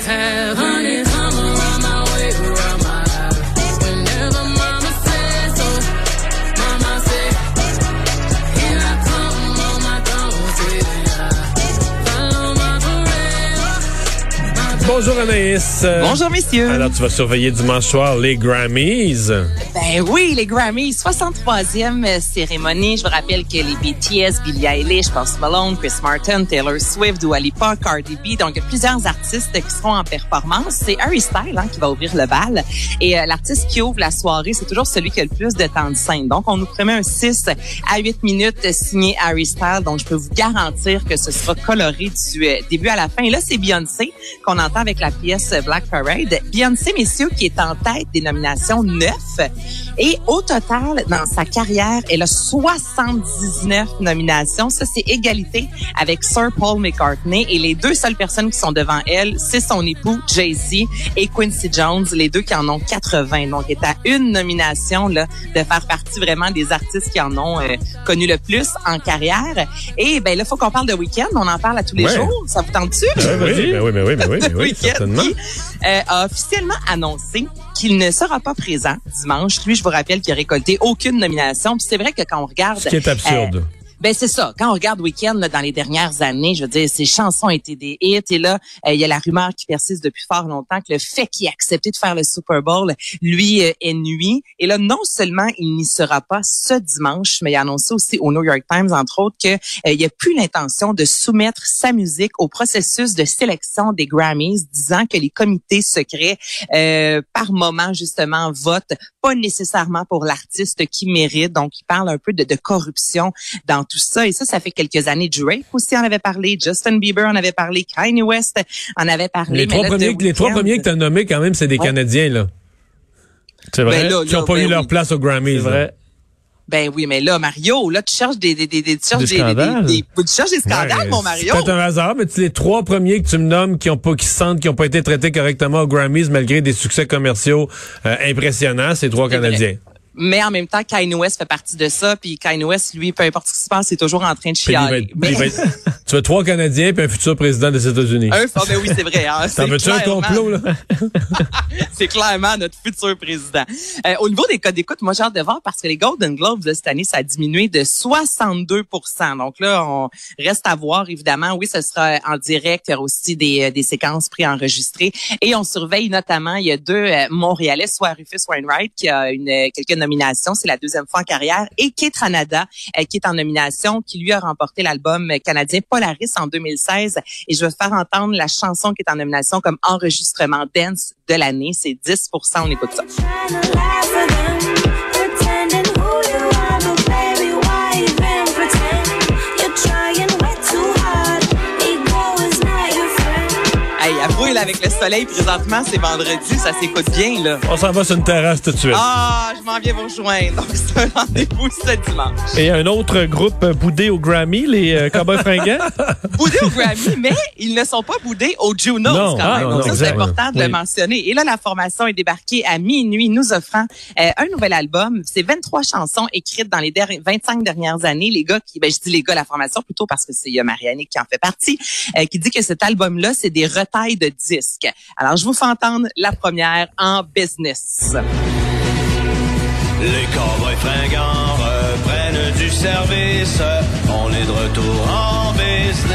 always have honey. Come around my way, around my life. Whenever mama says so, mama said, here I come on my throne, say follow my forever. Bonjour Anaïs. Bonjour messieurs. Alors tu vas surveiller dimanche soir les Grammys. Ben oui, les Grammys, 63e cérémonie. Je vous rappelle que les BTS, Billie Eilish, Post Malone, Chris Martin, Taylor Swift, Dua Lipa, Cardi B, donc il y a plusieurs artistes qui seront en performance. C'est Harry Styles qui va ouvrir le bal. Et l'artiste qui ouvre la soirée, c'est toujours celui qui a le plus de temps de scène. Donc on nous promet un 6 à 8 minutes signé Harry Styles. Donc je peux vous garantir que ce sera coloré du début à la fin. Et là, c'est Beyoncé qu'on entend avec la pièce Black Parade. Beyoncé, messieurs, qui est en tête des nominations 9. Et au total, dans sa carrière, elle a 79 nominations. Ça, c'est égalité avec Sir Paul McCartney. Et les deux seules personnes qui sont devant elle, c'est son époux, Jay-Z, et Quincy Jones, les deux qui en ont 80. Donc, elle est à une nomination là de faire partie vraiment des artistes qui en ont connu le plus en carrière. Et ben là, faut qu'on parle de Weeknd. On en parle à tous les jours. Ça vous tente-tu? Oui, certainement. Qui a officiellement annoncé qu'il ne sera pas présent dimanche. Lui, je vous rappelle qu'il a récolté aucune nomination. Puis c'est vrai que quand on regarde... Ce qui est absurde. Ben c'est ça. Quand on regarde Weeknd dans les dernières années, je veux dire, ses chansons ont été des hits. Et là, il y a la rumeur qui persiste depuis fort longtemps que le fait qu'il ait accepté de faire le Super Bowl lui est nuit. Et là, non seulement il n'y sera pas ce dimanche, mais il a annoncé aussi au New York Times, entre autres, que il n'y a plus l'intention de soumettre sa musique au processus de sélection des Grammys, disant que les comités secrets, par moment justement, votent pas nécessairement pour l'artiste qui mérite. Donc, il parle un peu de corruption dans tout ça. Et ça fait quelques années. Drake aussi en avait parlé. Justin Bieber en avait parlé. Kanye West en avait parlé. Les trois premiers que tu as nommés, quand même, c'est des Canadiens, là. C'est vrai. Qui n'ont pas eu leur place au Grammys. C'est vrai. Ben oui, mais là, Mario, là, tu cherches des scandales, mon Mario. C'est peut-être un hasard, mais les trois premiers que tu me nommes qui ont pas été traités correctement au Grammys malgré des succès commerciaux impressionnants, c'est trois Canadiens. Mais en même temps, Kanye West fait partie de ça, puis Kanye West, lui, peu importe ce qui se passe, c'est toujours en train de chialer. Tu veux trois Canadiens puis un futur président des États-Unis. Ben oui, c'est vrai. Hein, t'en veux-tu un complot, là? C'est clairement notre futur président. Au niveau des codes d'écoute, moi, j'ai hâte de voir parce que les Golden Globes de cette année, ça a diminué de 62%. Donc là, on reste à voir, évidemment. Oui, ce sera en direct. Il y aura aussi des séquences préenregistrées. Et on surveille notamment, il y a deux Montréalais, soit Rufus Wainwright, qui a quelques nominations. C'est la deuxième fois en carrière. Et Keith Ranada, qui est en nomination, qui lui a remporté l'album canadien Polaris en 2016. Et je vais faire entendre la chanson qui est en nomination comme enregistrement dance de l'année. C'est 10%. On écoute ça. Avouez, là, avec le soleil, présentement, c'est vendredi, ça s'écoute bien, là. On s'en va sur une terrasse tout de suite. Ah, je m'en viens vous rejoindre. Donc, c'est un rendez-vous ce dimanche. Et un autre groupe boudé au Grammy, les Cowboys Fringants. Boudés au Grammy, mais ils ne sont pas boudés au Junos, quand même. Donc, ça, c'est important de le mentionner. Et là, la formation est débarquée à minuit, nous offrant un nouvel album. C'est 23 chansons écrites dans les 25 dernières années. Les gars je dis les gars, la formation, plutôt parce que il y a Marianne qui en fait partie, qui dit que cet album-là, c'est des retailles de disques. Alors, je vous fais entendre la première en business. Les Cowboys Fringants reprennent du service. On est de retour en business.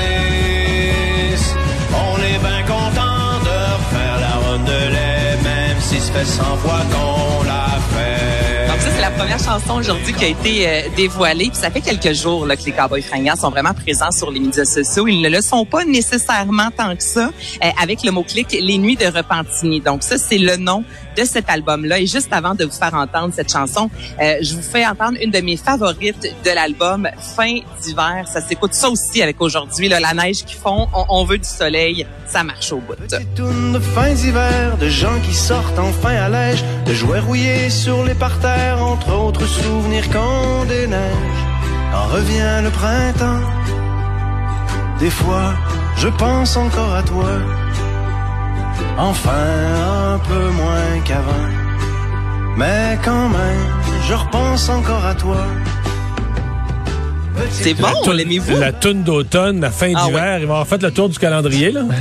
On est bien content de refaire la rondelette, même si ça fait 100 fois qu'on l'a fait. Donc ça, c'est la première chanson aujourd'hui qui a été dévoilée. Puis ça fait quelques jours là, que les Cowboys Fringants sont vraiment présents sur les médias sociaux. Ils ne le sont pas nécessairement tant que ça avec le mot-clic « Les Nuits de Repentigny ». Donc ça, c'est le nom de cet album-là. Et juste avant de vous faire entendre cette chanson, je vous fais entendre une de mes favorites de l'album, « Fin d'hiver ». Ça s'écoute ça aussi avec aujourd'hui, là, la neige qui fond, on veut du soleil, ça marche au bout. Petite tourne de fin d'hiver, de gens qui sortent enfin à l'âge, de jouets rouillés sur les parterres, entre autres souvenirs qu'on déneige. En revient le printemps, des fois je pense encore à toi. Enfin un peu moins qu'avant, mais quand même je repense encore à toi. C'est bon, l'aimez-vous? La toune d'automne, la fin d'hiver. Ouais. Ils vont avoir fait le tour du calendrier, là.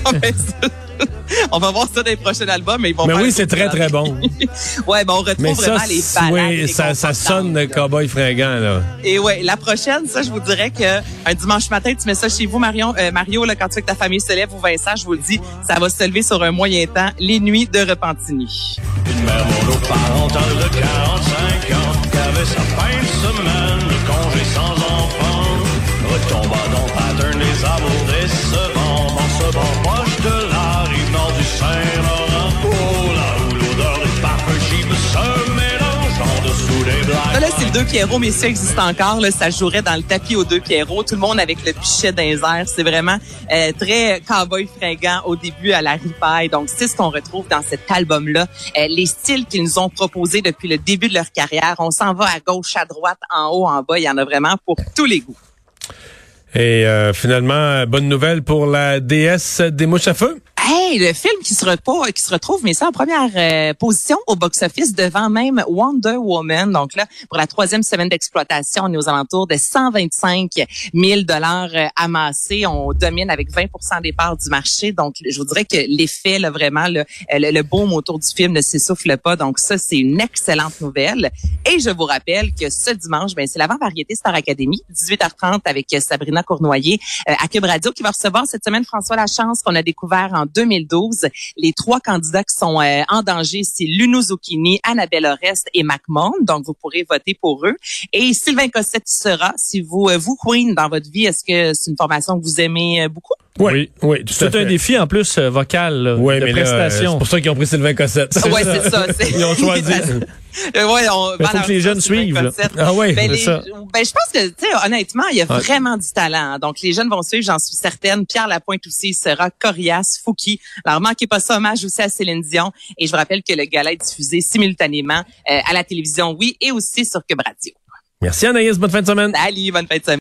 On va voir ça dans les prochains albums, mais ils vont Mais faire oui, le c'est tour très, du très bon. calendrier. Ouais, ben on retrouve Mais vraiment les balades. oui, ça sonne réconfortantes, cowboy fringant, là. Et ouais, la prochaine, ça, je vous dirais que un dimanche matin, tu mets ça chez vous, Mario, là, quand tu veux que ta famille se lève, ou Vincent, je vous le dis, ça va se lever sur un moyen temps, Les Nuits de Repentigny. Une mère monoparentale de 45 ans qui avait sa fin de semaine de congé sans enfant retomba dans pattern des amours décevants dans ce bord proche de la rive nord du Saint-Laurent. Oh là où l'odeur des parfums cheap se mélange en dessous des blagues. Ça, là, c'est le Deux Pierrots, mais ça existe encore. Là, ça jouerait dans le tapis aux Deux Pierrots. Tout le monde avec le pichet dans les airs. C'est vraiment très cowboy fringant au début à la ripaille. Donc, c'est ce qu'on retrouve dans cet album-là. Les styles qu'ils nous ont proposés depuis le début de leur carrière. On s'en va à gauche, à droite, en haut, en bas. Il y en a vraiment pour tous les goûts. Et finalement, bonne nouvelle pour la déesse des mouches à feu. Hey, le film qui se retrouve, mais ça en première position au box-office devant même Wonder Woman. Donc là, pour la 3e semaine d'exploitation, on est aux alentours de 125 000 $ amassés. On domine avec 20% des parts du marché. Donc, je vous dirais que l'effet, là, vraiment, le baume autour du film ne s'essouffle pas. Donc ça, c'est une excellente nouvelle. Et je vous rappelle que ce dimanche, ben c'est l'avant-variété Star Academy, 18h30 avec Sabrina Cournoyer à Cube Radio, qui va recevoir cette semaine François Lachance, qu'on a découvert en 2012. Les 3 candidats qui sont en danger, c'est Luno Zucchini, Annabelle Oreste et Mac Monde. Donc, vous pourrez voter pour eux. Et Sylvain Cossette sera. Si vous Queen, dans votre vie, est-ce que c'est une formation que vous aimez beaucoup? Oui, tout à C'est fait. un défi en plus vocal, là, Oui, de mais là, prestation. c'est pour ça qu'ils ont pris Sylvain Cossette. Ouais, c'est ça. Ils ont choisi. Il faut que les jeunes suivent, là. Ah oui, Ben, c'est ça. Ben, je pense que, tu sais, honnêtement, il y a vraiment du talent. Hein. Donc, les jeunes vont suivre, j'en suis certaine. Pierre Lapointe aussi sera, Corias, Fouki. Alors, manquez pas ça, hommage aussi à Céline Dion. Et je vous rappelle que le gala est diffusé simultanément à la télévision, oui, et aussi sur Cube Radio. Merci Anaïs, bonne fin de semaine. Salut, bonne fin de semaine.